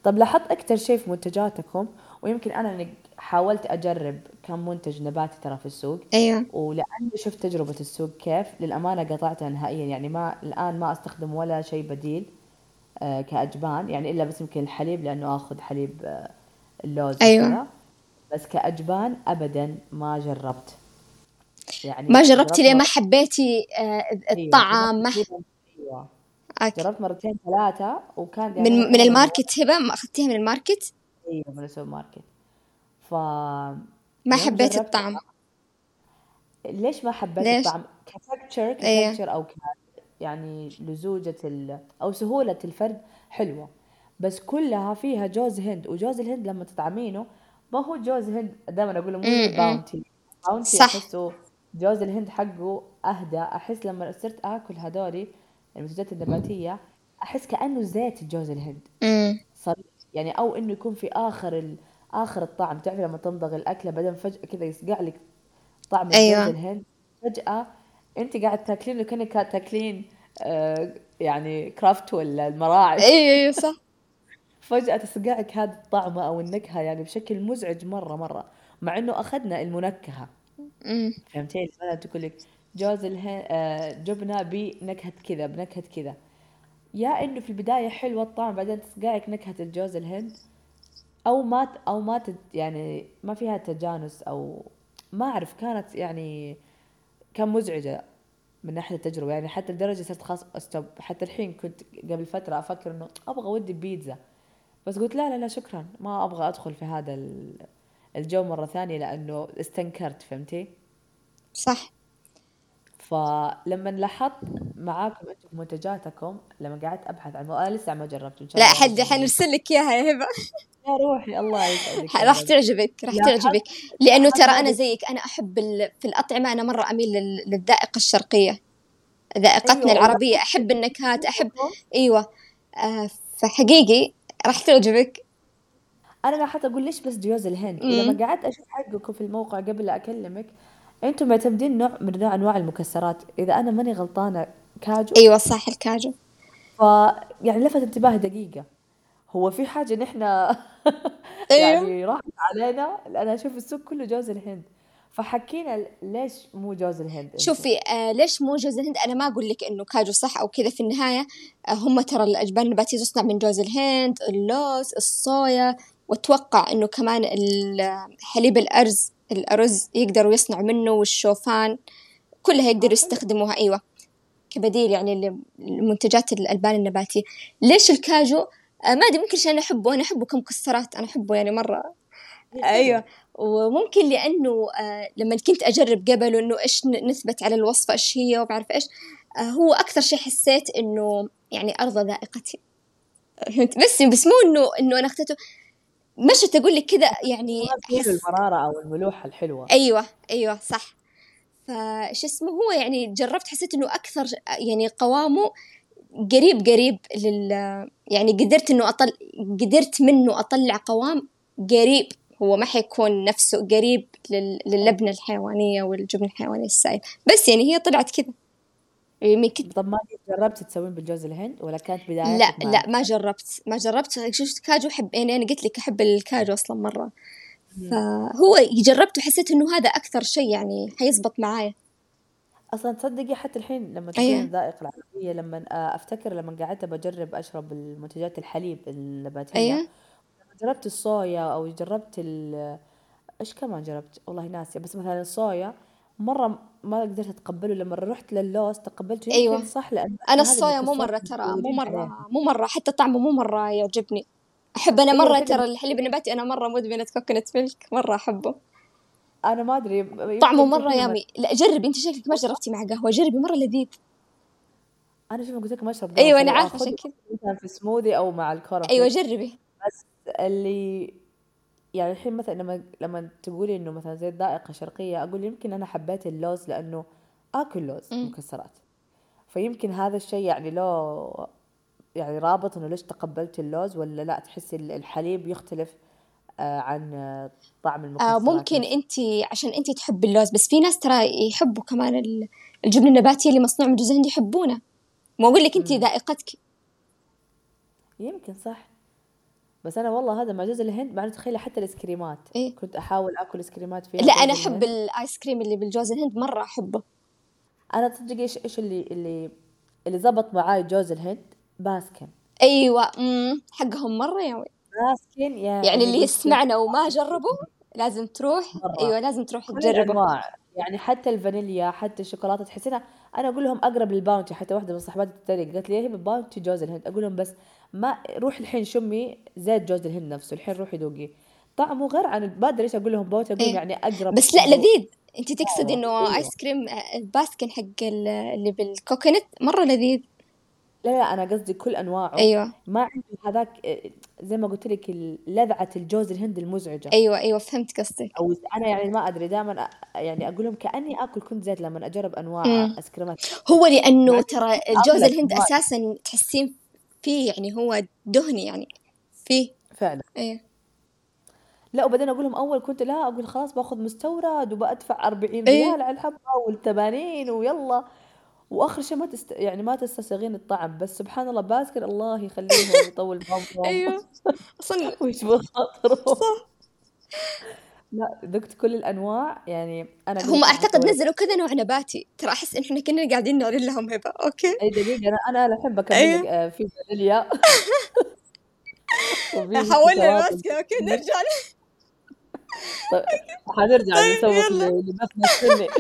طب لاحظت أكتر شيء في منتجاتكم، ويمكن أنا حاولت أجرب كم منتج نباتي ترى في السوق، أيوة ولأني شفت تجربة السوق كيف، للأمانة قطعتها نهائيا. يعني ما الآن ما أستخدم ولا شيء بديل آه كأجبان، يعني إلا بس يمكن الحليب لأنه أخذ حليب آه اللوز أيوة. وكذا، بس كأجبان أبدا ما جربت. ما يعني جربتي جربت ليه؟ ما مرة. حبيتي آه، أيوة الطعم؟ جربت ما ح- تقريبا. أيوة أوكي. جربت مرتين ثلاثة، وكان يعني من أنا من فعلا أنا الماركت هبة؟ ما أخذتيها من الماركت؟ أيوة من السوبر ماركت. ف ما يوم حبيت جربتها، الطعم؟ ليش ما حبيت ليش؟ الطعم كتكتشر أيوة. كتكتشر او ك يعني لزوجة ال... او سهولة الفرد حلوة، بس كلها فيها جوز هند، وجوز الهند لما تطعمينه ما هو جوز هند. دائما اقول له مو زي امم. باونتي. باونتي صح. احسه جوز الهند حقه اهدى. احس لما صرت اكل هذولي المنتجات النباتية احس كأنه زيت جوز الهند امم. صار، يعني او انه يكون في اخر ال... اخر الطعم. تعرفي لما تمضغ الاكله بعدين فجأة كذا يسقع لك طعم الجوز أيوة. الهند فجأة، انت قاعد تاكلين كأنك قاعد تاكلين آه يعني كرافت ولا المراعي. أيوة أيوة صح. فجأة تسقعك هذا الطعم او النكهة يعني بشكل مزعج مرة مرة، مع انه اخذنا المنكهة. امم. فهمتي؟ مثلا تقول لك جوز الهند آه جبنة بنكهة كذا بنكهة كذا، يا انه في البداية حلوة الطعم بعدين تسقعك نكهة الجوز الهند، او ما ت- او ما تت يعني ما فيها تجانس، او ما اعرف. كانت يعني كان مزعجة من ناحية التجربة، يعني حتى لدرجة صرت خلاص استوب. حتى الحين كنت قبل فترة أفكر إنه أبغى ودي بيتزا، بس قلت لا لا لا شكرا، ما أبغى أدخل في هذا ال- الجو مرة ثانية لأنه استنكرت. فهمتي؟ صح. فلما لاحظت معاكم أنتم في منتجاتكم، لما قعدت أبحث عن، أنا لسه ما جربت، إن شاء لا، الله يا رب حد إني حنرسل لك إياها يا هبة. يا روحي الله يسعدك يا راح رب. تعجبك، راح تعجبك. لاحظت لأنه لاحظت ترى ما أنا قلت. زيك، أنا أحب ال... في الأطعمة أنا مرة أميل لل... للذائقة الشرقية، ذائقتنا أيوة العربية. ولاحظت أحب النكهات، أحب. عندكم. أيوة. آه فحقيقي راح تعجبك. انا لا حتى اقول ليش بس جوز الهند، امم. ولما قعدت اشوف حقكم في الموقع قبل لا اكلمك، انتم معتمدين نوع من نوع انواع المكسرات اذا انا ماني غلطانه، كاجو. أيوة صح، الكاجو. ف يعني لفت انتباهي دقيقه، هو في حاجه نحن أيوة. يعني راحت علينا، لان اشوف السوق كله جوز الهند. فحكينا ليش مو جوز الهند انتم. شوفي، آه ليش مو جوز الهند؟ أنا ما أقول لك إنه كاجو صح أو كذا. في النهاية آه هم ترى الأجبان النباتية تصنع من جوز الهند، اللوز، الصويا، وأتوقع إنه كمان ال- حليب الأرز، الأرز يقدروا يصنعوا منه، والشوفان، كلها اه يقدروا حلو. يستخدموها. أيوة، كبديل يعني لمنتجات الألبان النباتية. ليش الكاجو؟ آه ما أدري، ممكن عشان أنا أحبه، أنا أحبه كمكسرات، أنا أحبه يعني مرة. إيه حلو. أيوة. وممكن لأنه آه لما كنت أجرب قبل إنه إيش ن- نثبت على الوصفة إيش هي وبعرف إيش، آه هو أكثر شيء حسيت إنه يعني أرضى ذائقتي. فهمت؟ بس بس مو إنه إنه أنا أخذته، مشت أقول لك كذا يعني ما فيه أحس. المراره او الملوحه الحلوه. أيوة أيوة صح. فش اسمه هو يعني جربت، حسيت إنه أكثر يعني قوامه قريب قريب لل، يعني قدرت إنه أطل قدرت منه أطلع قوام قريب. هو ما حيكون نفسه قريب لل... حلو. للبنة الحيوانية والجبن الحيواني السائل، بس يعني هي طلعت كذا. من كت... طب ما قد جربت تسوين بالجوز الهند ولا كانت لا بداياتك مع لا، ما الكاجو؟ جربت ما جربت شفت كاجو، حب يعني أنا قلت لك أحب الكاجو أصلا مرة. فهو جربت وحسيت إنه هذا أكثر شيء يعني حيزبط معايا. اصلا تصدقي حتى الحين لما تقولين أيه. الذائقه العربيه، لما آه، افتكر لما قعدت بجرب اشرب المنتجات الحليب النباتيه، أيه. لما جربت الصويا او جربت ال ايش كمان جربت والله ناسيه، بس مثلا الصويا مره ما قدرت اتقبله. لما رحت للوز تقبلته، يمكن أيوة. صح لان أنا احنا هذه الصويا مو المكسرات مرة، ترى مو متعودين مرة عليها. مو مرة حتى طعمه مو مرة يعجبني. أحب أنا ايوه مرة، الحين لما ترى الحليب النباتي أنا مرة مدمنة كوكونات ميلك، مرة أحبه. انا ما ادري، طعمه يمكن في مرة الحين لما يامي. لا جربي، أنت شكلك ما جربتي مع قهوة، جربي مرة لذيذ. انا شوف قلت لك ما اشرب قهوه، أيوة أنا فلو عارفة اخذه عشان كذا. مثلا في سموذي او مع الكورن أيوة فليكس. جربي. بس اللي يعني الحين مثلا لما لما تقولي انه مثلا زي الذائقة شرقية، اقول يمكن انا حبيت اللوز لانه اكل لوز أمم. مكسرات، فيمكن هذا الشيء يعني لو يعني رابط انه ليش تقبلت اللوز. ولا لا تحسي ال- الحليب يختلف آه، عن آه، طعم آه المكسرات ممكن نفسه. أنت عشان أنت تحبي اللوز، بس في ناس ترى يحبوا كمان ال- الجبن النباتي اللي مصنوع من جوز الهند، يحبونه. ما أقول لك أنت امم ذائقتك. يمكن صح. بس انا والله هذا مع جوز الهند، مع تخيل حتى الايسكريمات إيه؟ كنت احاول اكل ايسكريمات فيها لا جوز أنا أحب الهند. الآيس كريم اللي بالجوز الهند مرة أحبه. انا تصدق ايش ايش اللي اللي اللي زبط معاي جوز الهند؟ باسكن. أيوة، أمم حقهم مرة يوي. باسكن يعني يعني اللي قلت له يسمعنا وما جربه لازم تروح. مرة أيوة لازم تروح كل تجربه. الانواع، يعني حتى الفانيليا حتى الشوكولاته تحسينها. انا اقول لهم اقرب للباونتي، حتى واحده من صاحباتي تتريق قالت لي هي باونتي جوز الهند، اقول لهم بس ما روح الحين شمي زيت جوز الهند نفسه، الحين روحي دوقي طعمه غير عن، ما ادري ايش اقول لهم باونتي، اقول لهم إيه يعني اقرب بس لا انه لذيذ. أنت تقصد دعوه. إنه ايوه آيس كريم آه، الباسكن حق ال- اللي بالكوكونات مرة لذيذ. لا لا انا قصدي كل انواعه، أيوة ما عنده هذاك آه، زي ما قلت لك لذعه الجوز الهند المزعجه. أيوة أيوة فهمت قصدك. او انا يعني ما ادري دائما يعني اقول لهم كاني اكل كنت زيت لما اجرب انواع أمم ايس كريمات، هو مع لأنه اني ترى الجوز املك الهند انواع. أساسا تحسين فيه، يعني هو دهني يعني فيه. فعلا. إيه. لا وبعدين اقول لهم اول كنت لا اقول خلاص باخذ مستورد وبدفع أربعين إيه ريال على الحبه والثمانين ويلا، واخر شيء ما تست... يعني ما تستساغين الطعم، بس سبحان الله باسكر الله يخليهم ويطول بعمرهم أيوة أصلا ويشبه خاطرهم. صح. لا ذقت كل الانواع، يعني انا اقول هم لك انا حتى أعتقد ولد. نزلوا كذا نوع نباتي، ترى أحس إن إحنا كنا قاعدين نعلن لهم هبة. أوكي. اي دقيقه، انا انا الحين بكمل لك أيوة آه، في فانيليا وفي حولنا شوكولاته. الماسكة. أوكي نرجع ل- طيب حنرجع طيب نسوق يلا. ل- لبثنا السني.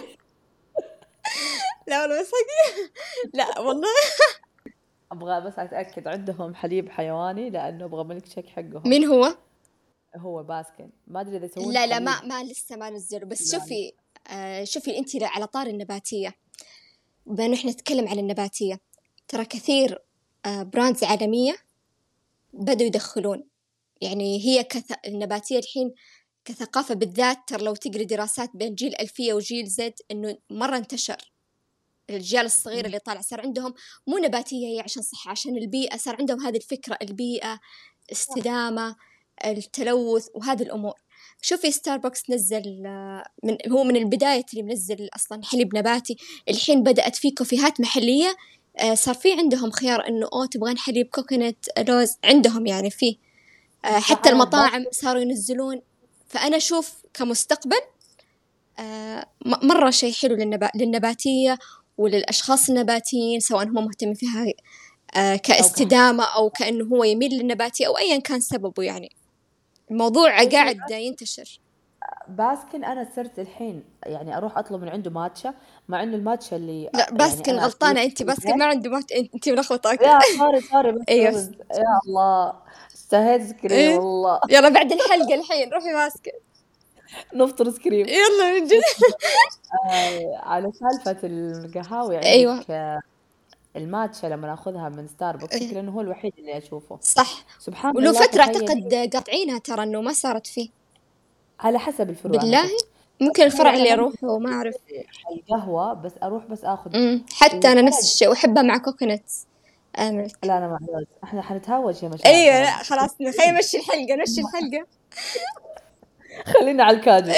لا والله بس حقي. لا والله. ابغى بس اتاكد عندهم حليب حيواني لانه ابغى ملك شيك حقهم. مين هو؟ هو باسكن، ما ادري اذا يسوون لا لا ما حليب. ما لسه ما نزلوا. بس لا لا. شوفي آه شوفي أنت على طار النباتية، بما إنه إحنا نتكلم عن النباتية، ترى كثير آه براندز عالمية بدأوا يدخلون. يعني هي كث... النباتية الحين كثقافة بالذات، ترى لو تقري دراسات بين جيل ألفية وجيل زد إنه مرة انتشر. الأجيال الصغيرة مم. اللي طالع صار عندهم مو نباتية هي عشان صحة، عشان البيئة، صار عندهم هذه الفكرة، البيئة، صح. استدامة، التلوث وهذه الأمور. شوفي ستاربكس نزل آه، من هو من البداية اللي منزل أصلا حليب نباتي. الحين بدأت في كافيهات محلية آه، صار في عندهم خيار إنه أو تبغين حليب كوكونات لوز عندهم يعني فيه. آه، صح حتى انا المطاعم باسكن. صاروا ينزلون. فأنا أشوف كمستقبل آه، م- مرة شيء حلو للنبا... للنباتية وللأشخاص النباتيين، سواء هم مهتمين فيها آه، او كحل. كاستدامة أو كأنه هو يميل للنباتية أو أيا كان سببه. يعني الموضوع شوفي قاعد ينتشر. باسكن انا صرت الحين يعني اروح اطلب من عنده ماتشا، مع انه الماتشا اللي لا يعني باسكن انا اسويه غلطانة، أنت في باسكن ما البيت. عنده مات... أنت ملخبطة. أوكي. يا سوري سوري بس أيوة. بس يا الله اشتهيت سكريم إيه والله. يلا بعد الحلقة الحين روحي باسكن. نفطر سكريم. يلا من جد. آه على سالفة القهاوي أيوة. عندك آه، الماتشا لما ناخذها من ستاربكس إيه يمكن لانه هو الوحيد اللي اشوفه. صح. سبحان ولو الله فترة تخيلي. أعتقد قاطعينها ترى إنه ما صارت فيه. على حسب الفروع انا بالله شفت. ممكن الفرع تخيلي انا اللي ما أروح وما أعرف. عندي القهوة بس اروح بس اخذ. امم حتى أنا نفس وفرق. الشيء وأحبها مع كوكونات ميلك. لا انا مع ذلك. احنا حنتهاوش يا مشاعر أيوة ترى. لا خلاص خلينا نمشي الحلقة نمشي الحلقة. خلينا على الكاجو.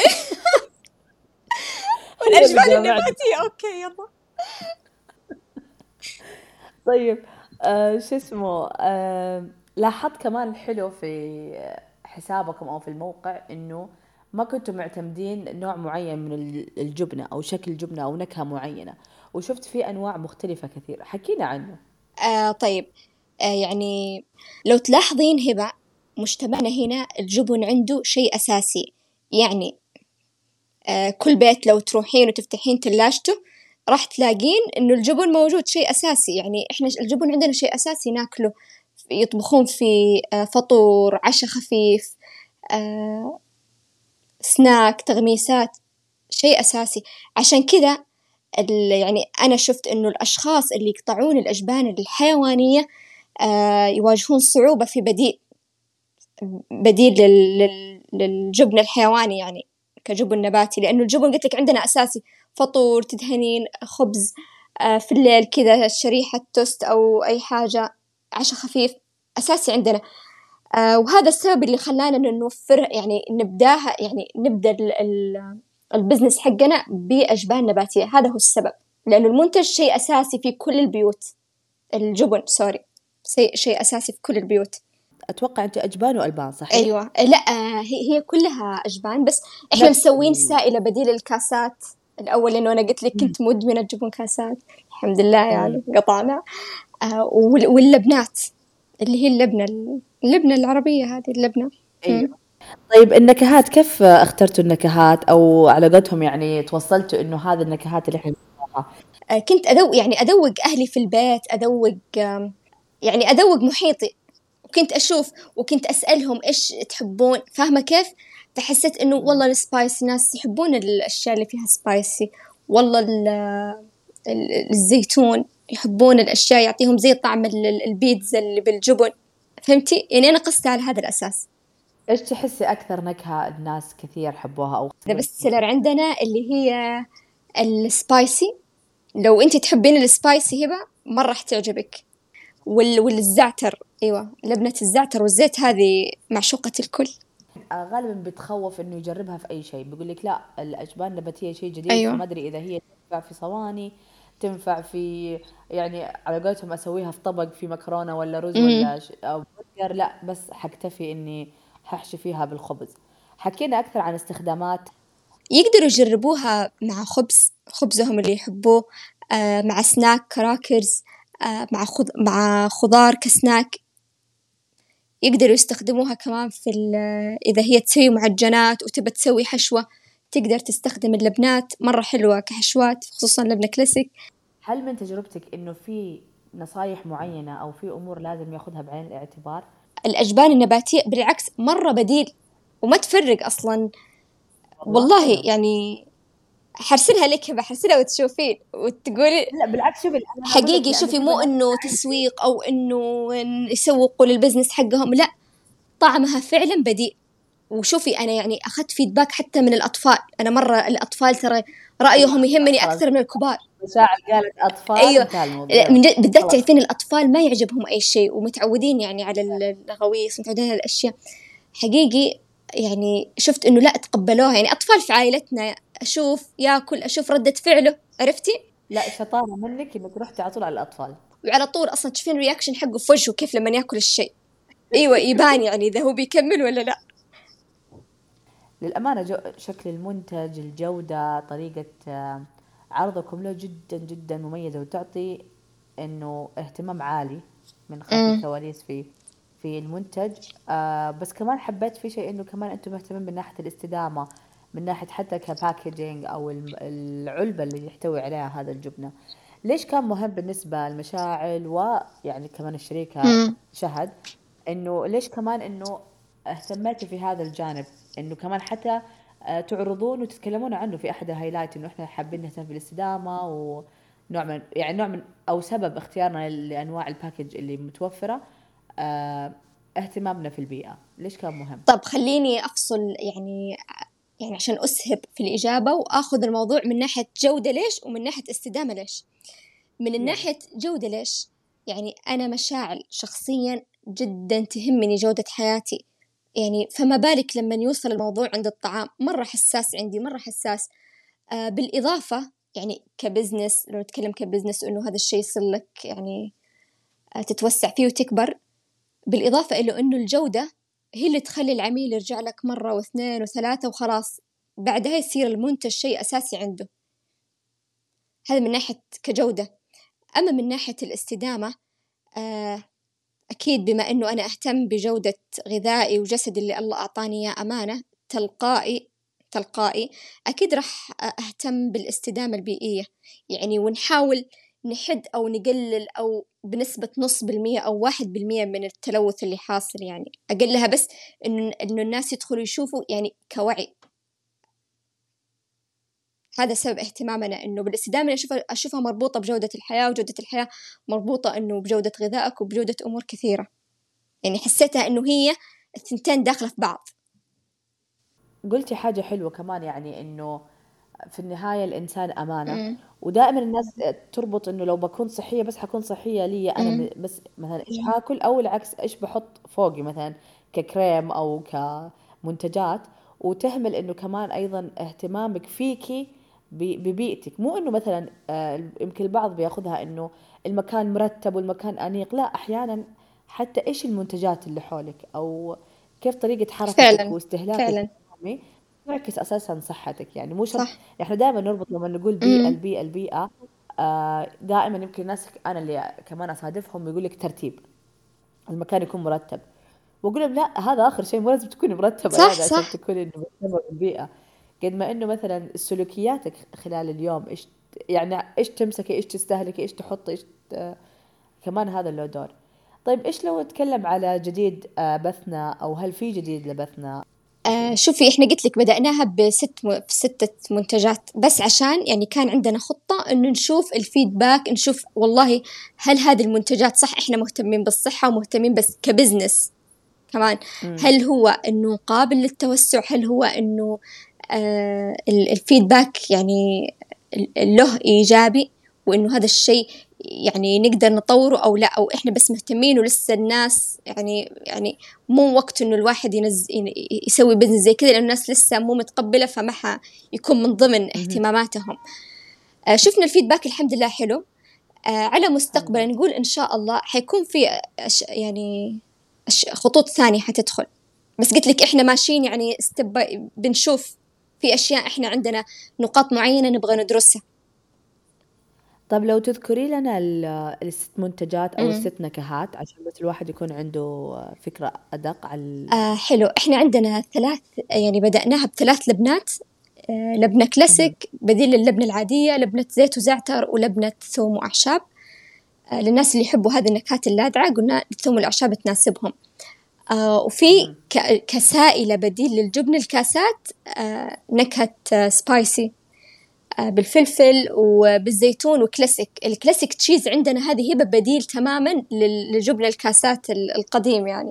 هي اللي والأجبان جامعنا. النباتية أوكي يلا. طيب آه شو اسمه آه لاحظت كمان حلو في حسابكم او في الموقع انه ما كنتم معتمدين نوع معين من ال- الجبنة او شكل جبنة او نكهة معينة، وشفت في انواع مختلفة كثير، حكينا عنه. آه طيب. آه يعني لو تلاحظين هبة، مجتمعنا هنا الجبن عنده شيء أساسي. يعني آه كل بيت لو تروحين وتفتحين ثلاجته راح تلاقين إنه الجبن موجود شيء أساسي. يعني إحنا الجبن عندنا شيء أساسي ناكله، يطبخون في آه فطور، عشاء خفيف، آه سناك، تغميسات، شيء أساسي. عشان كذا ال- يعني أنا شفت إنه الأشخاص اللي يقطعون الأجبان الحيوانية آه يواجهون صعوبة في بديل بديل لل- لل- للجبن الحيواني، يعني كجبن نباتي. لأنه الجبن قلت لك عندنا أساسي، فطور، تدهنين خبز، آه في الليل كذا شريحة توست أو أي حاجة، عشاء خفيف، أساسي عندنا. آه وهذا السبب اللي خلانا إنه نوفر، يعني نبداها، يعني نبدأ ال- ال- البزنس حقنا بأجبان نباتية. هذا هو السبب، لأنه المنتج شيء أساسي في كل البيوت. الجبن سوري شيء شيء أساسي في كل البيوت. أتوقع أنت أجبان وألبان صحيح؟ أيوة لا آه، هي هي كلها أجبان، بس إحنا نفس مسوين ال... سائلة بديل الكاسات الأول، لأنه أنا قلت لك مم. كنت مدمنة جبن كاسات، الحمد لله مم. يعني قطعنا. آه وال- واللبنات اللي هي اللبنة اللبنة العربية، هذه اللبنة. أيوة. مم. طيب النكهات كيف اخترتوا النكهات أو علاقتهم، يعني توصلتوا إنه هذه النكهات اللي إحنا نسويها؟ آه كنت أذوق يعني أذوق أهلي في البيت، أذوق آم، يعني أذوق محيطي، وكنت أشوف وكنت أسألهم إيش تحبون، فاهمة كيف؟ فحسيت إنه مم. والله السبايسي ناس يحبون الأشياء اللي فيها سبايسي، والله ال- ال- الزيتون يحبون الأشياء يعطيهم زي طعم ال- ال- البيتزا اللي بالجبن، فهمتي؟ يعني أنا قصدي على هذا الأساس. إيش تحسي أكثر نكهة الناس كثير حبوها أو إذا بس سيلر عندنا اللي هي السبايسي، لو أنت تحبين السبايسي هبة مرة حتعجبك. وال والزعتر، أيوة لبنة الزعتر والزيت هذه معشوقة الكل. غالبا بتخوف انه يجربها في اي شيء، بيقول لك لا الاجبان النباتيه شيء جديد، أيوة. فما ادري اذا هي تنفع في صواني، تنفع في، يعني على قولتهم اسويها في طبق في مكرونه ولا رز امم. ولا ش... او برجر، لا بس حكتفي اني ححشي فيها بالخبز. حكينا اكثر عن استخدامات. يقدروا يجربوها مع خبز خبزهم اللي يحبوه، آه مع سناك كراكرز، آه مع خض مع خضار كسناك. يقدروا يستخدموها كمان في ال- إذا هي تسوي معجنات وتبى تسوي حشوة، تقدر تستخدم اللبنات، مرة حلوة كحشوات خصوصا لبنة كلاسيك. هل من تجربتك انه في نصايح معينه او في امور لازم ياخذها بعين الاعتبار؟ الأجبان النباتية بالعكس مرة بديل، وما تفرق أصلا والله والله حلو. يعني. حرسلها لك، بحرسلها وتشوفين وتقولي. لا بالعكس، شوفي انا اقول لك حقيقي لانه شوفي، في مو بنات إنه عندي. تسويق أو إنه إن يسوقوا للبزنس حقهم، لا، طعمها فعلا بديء. وشوفي أنا يعني أخذت فيدباك حتى من الأطفال، أنا مرة الأطفال ترى ايوه رأيهم يهمني خلاص، أكثر من الكبار. مشاعر قالت أطفال أيوة. انتهى الموضوع. من جد بالذات خلاص. تعرفين الأطفال ما يعجبهم أي شيء، ومتعودين يعني على الغويص، متعودين على الأشياء. حقيقي يعني شفت إنه لا تقبلوها، يعني أطفال في عائلتنا أشوف ياكل أشوف ردة فعله، عرفتي؟ لا شطارة منك انك رحتي على طول على الأطفال. وعلى طول أصلا تشوفين الرياكشن حقه في وجهه كيف لما ياكل الشيء. أيوة يبان يعني إذا هو بيكمل ولا لا. للأمانة جو شكل المنتج، الجودة، طريقة آه، عرضكم له جدا جدا مميزة، وتعطي انه اهتمام عالي من خلف امم. الكواليس في في المنتج. آه بس كمان حبيت في شيء انه كمان انتم مهتمين من ناحية الاستدامة، من ناحية حتى كباكجينج او الم- العلبة اللي يحتوي عليها هذا الجبنة. ليش كان مهم بالنسبة لمشاعل ويعني كمان الشريكة امم. شهد، انه ليش كمان انه اهتميتوا في هذا الجانب، انه كمان حتى آه، تعرضون وتتكلمون عنه في احد الهايلايت، انه احنا حابين نهتم بالاستدامة، ونوع من يعني نوع من او سبب اختيارنا لانواع الباكج اللي متوفرة، آه، اهتمامنا في البيئة. ليش كان مهم؟ طب خليني أفصل يعني، يعني عشان أسهب في الإجابة وآخذ الموضوع من ناحية جودة ليش ومن ناحية استدامة ليش. من يلا. الناحية جودة ليش، يعني أنا مشاعل شخصيا جدا تهمني جودة حياتي، يعني فما بالك لما يوصل الموضوع عند الطعام، مرة حساس عندي، مرة حساس. آه بالإضافة يعني كبزنس، لو نتكلم كبزنس إنه هذا الشيء يصير لك يعني آه تتوسع فيه وتكبر. بالإضافة إلى إنه الجودة هي اللي تخلي العميل يرجع لك مرة واثنين وثلاثة وخلاص، بعدها يصير المنتج شيء أساسي عنده. هذا من ناحية كجودة. أما من ناحية الاستدامة، آه أكيد بما أنه أنا أهتم بجودة غذائي وجسدي اللي الله أعطاني إياه أمانة، تلقائي تلقائي أكيد راح أهتم بالاستدامة البيئية، يعني ونحاول نحد أو نقلل أو بنسبة نص بالمية أو واحد بالمية من التلوث اللي حاصل، يعني أقلها، بس إنه إنه الناس يدخلوا يشوفوا يعني كوعي. هذا سبب اهتمامنا إنه بالاستدامة، أشوفها أشوفها مربوطة بجودة الحياة، وجودة الحياة مربوطة إنه بجودة غذائك وبجودة أمور كثيرة، يعني حسيتها إنه هي الثنتين داخلة في بعض. قلتي حاجة حلوة كمان، يعني انه في النهاية الإنسان أمانة، أمم. ودائما الناس تربط إنه لو بكون صحية بس حكون صحية لي أنا، أمم. م- بس مثلا إيش هاكل، أو العكس إيش بحط فوقي مثلا ككريم أو كمنتجات، وتهمل إنه كمان أيضا اهتمامك فيكي ب- ببيئتك. مو إنه مثلا آه، يمكن البعض بياخذها إنه المكان مرتب والمكان أنيق، لا أحيانا حتى إيش المنتجات اللي حولك أو كيف طريقة حركتك فعلا واستهلاكك فعلا اليومي تعكس أساسا صحتك. يعني مو شرط، صح. إحنا دائما نربط لما نقول بيئة امم البيئة البيئة آه دائما يمكن الناس أنا اللي كمان أصادفهم يقول لك ترتيب المكان يكون مرتب، واقول لهم لا، هذا اخر شيء، مو لازم تكوني مرتبه صح يعني عشان صح. تكوني انه مهتمه بالبيئه. قد ما انه مثلا سلوكياتك خلال اليوم ايش، يعني ايش تمسكي، ايش تستهلكي، ايش تحطي، ايش ت... كمان هذا له دور. طيب ايش لو نتكلم على جديد آه، بثنا، او هل في جديد لبثنا؟ آه شوفي، إحنا قلت لك بدأناها بست م... بستة منتجات، بس عشان يعني كان عندنا خطة إنه نشوف الفيدباك، نشوف والله هل هذه المنتجات صح، إحنا مهتمين بالصحة ومهتمين بس كبزنس كمان، امم هل هو إنه قابل للتوسع، هل هو إنه آه ال- الفيدباك يعني ال- له إيجابي، وإنه هذا الشيء يعني نقدر نطوره أو لا، أو إحنا بس مهتمين ولسه الناس يعني يعني مو وقت إنه الواحد ينز يسوي بزنس زي كذا، لأن الناس لسه مو متقبلة، فما يكون من ضمن امم اهتماماتهم. آه شفنا الفيدباك الحمد لله حلو. آه على الحمد مستقبل لله. نقول إن شاء الله حيكون في أش يعني أش خطوط ثانية حتدخل، بس قلت لك إحنا ماشيين يعني ستيب، بنشوف في أشياء إحنا عندنا نقاط معينة نبغى ندرسها. طب لو تذكري لنا ال- الست منتجات او امم الست نكهات عشان بس الواحد يكون عنده فكرة ادق على ال... آه حلو، إحنا عندنا ثلاث، يعني بدأناها بثلاث لبنات. آه لبنة مهم. كلاسيك بديل للبنة العادية، لبنة زيت وزعتر، ولبنة ثوم وأعشاب. آه للناس اللي يحبوا هذه النكهات اللاذعة قلنا الثوم والأعشاب تناسبهم. آه وفي مهم. ك- كسائلة بديل للجبن الكاسات، آه نكهة آه سبايسي، آه بالفلفل وبالزيتون، وكلاسيك. الكلاسيك تشيز عندنا هذه هبة بديل تماما لل- للجبن الكاسات ال- القديم يعني.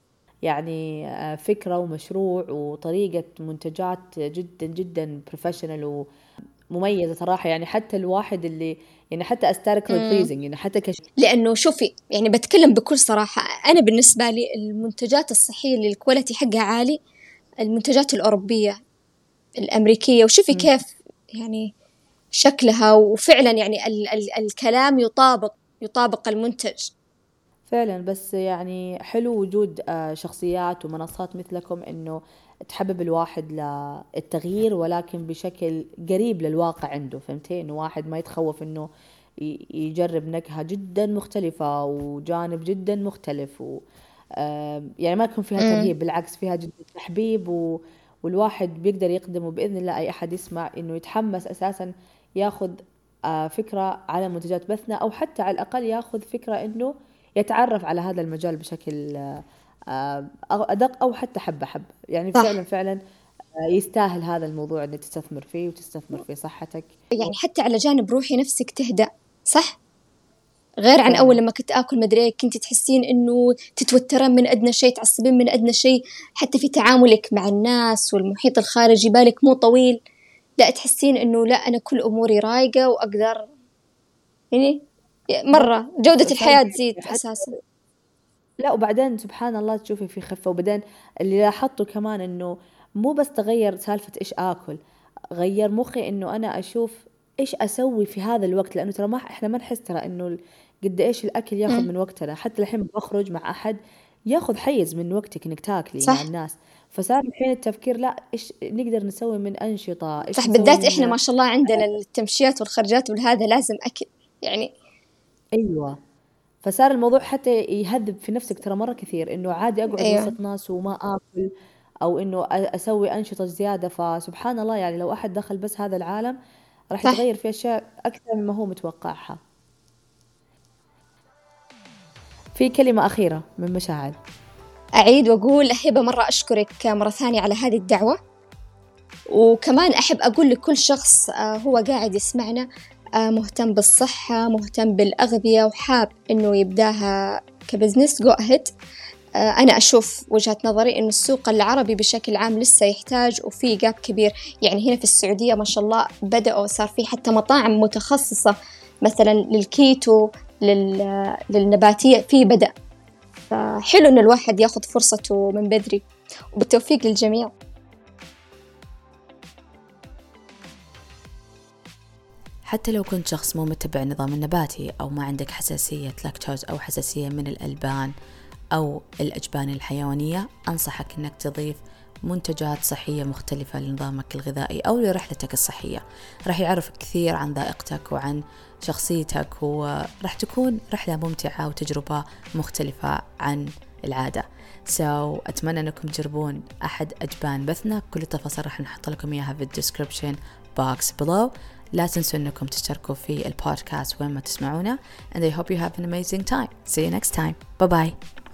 يعني آه، فكرة ومشروع وطريقة منتجات جدا جدا بروفيشنال ومميزة صراحة. يعني حتى الواحد اللي يعني حتى aesthetically مم. pleasing، يعني حتى كش... لأنه شوفي، يعني بتكلم بكل صراحة، أنا بالنسبة لي المنتجات الصحية اللي الكواليتي حقها عالي المنتجات الأوروبية الأمريكية، وشوفي مم. كيف يعني شكلها، وفعلا يعني ال ال الكلام يطابق يطابق المنتج. فعلا. بس يعني حلو وجود آه، شخصيات ومنصات مثلكم انه تحبب الواحد للتغيير ولكن بشكل قريب للواقع عنده. فهمتي؟ انه واحد ما يتخوف انه ي- يجرب نكهة جدا مختلفة وجانب جدا مختلف و آم، يعني ما يكون فيها امم ترهيب، بالعكس فيها جدا تحبيب و... والواحد بيقدر يقدمه بإذن الله. أي أحد يسمع إنه يتحمس أساسا ياخذ آه، فكرة على منتجات بثنا، أو حتى على الأقل ياخذ فكرة إنه يتعرف على هذا المجال بشكل آه، آه، أدق، أو حتى حبة حبة. يعني فعلا صح. فعلا آه، يستاهل هذا الموضوع إنك تستثمر فيه وتستثمر في صحتك. يعني حتى على جانب روحي نفسك تهدأ، صح، غير عن أول فعلا. لما كنت آكل مدري كنت تحسين إنه تتوترين من أدنى شيء، تعصبين من أدنى شيء، حتى في تعاملك مع الناس والمحيط الخارجي بالك مو طويل، لا تحسين إنه لا أنا كل أموري رايقة وأقدر يعني مرة جودة صار الحياة تزيد حتى أساسا. لا، وبعدين سبحان الله تشوفي في خفة. وبعدين اللي لاحظته كمان انه مو بس تغير سالفة ايش اكل، غير مخي انه انا اشوف ايش اسوي في هذا الوقت. لانه ترى ما احنا ما نحس ترى انه ال- قد ايش الاكل ياخذ مم. من وقتنا. حتى الحين بخرج مع احد ياخذ حيز من وقتك انك تاكلي مع صح الناس. فصار الحين التفكير لا، ايش نقدر نسوي من انشطة، ايش صح، نسوي بالذات إحنا من ما شاء الله عندنا التمشيات والخرجات والهذا لازم أكل يعني. ايوه. فصار الموضوع حتى يهذب في نفسك ترى مرة كثير، انه عادي اقعد أيوة وسط ناس وما اكل، او انه أ- اسوي انشطة زيادة. فسبحان الله، يعني لو احد دخل بس هذا العالم راح صح. يتغير في اشياء اكثر مما هو متوقعها. في كلمة اخيرة من مشاعل. أعيد وأقول هبة مرة أشكرك مرة ثانية على هذه الدعوة، وكمان أحب أقول لكل شخص آه، هو قاعد يسمعنا، آه، مهتم بالصحة مهتم بالأغذية وحاب إنه يبداها كبزنس جو أهيد. أنا أشوف وجهة نظري إنه السوق العربي بشكل عام لسه يحتاج، وفي جاب كبير. يعني هنا في السعودية ما شاء الله بدأوا صار في حتى مطاعم متخصصة مثلا للكيتو، لل... للنباتية في بدأ. فحلو إن الواحد ياخذ فرصته من بدري، وبالتوفيق للجميع. حتى لو كنت شخص مو متبع النظام النباتي أو ما عندك حساسية لاكتوز أو حساسية من الألبان أو الأجبان الحيوانية، أنصحك أنك تضيف منتجات صحية مختلفة لنظامك الغذائي أو لرحلتك الصحية. راح يعرف كثير عن ذائقتك وعن شخصيتك، وراح تكون رحلة ممتعة وتجربة مختلفة عن العادة. so أتمنى أنكم تجربون أحد أجبان بثنا. كل التفاصيل راح نحط لكم إياها في الديسكريبشن box below. لا تنسوا أنكم تشتركوا في البودكاست وين ما تسمعونا. and I hope you have an amazing time. see you next time. bye bye.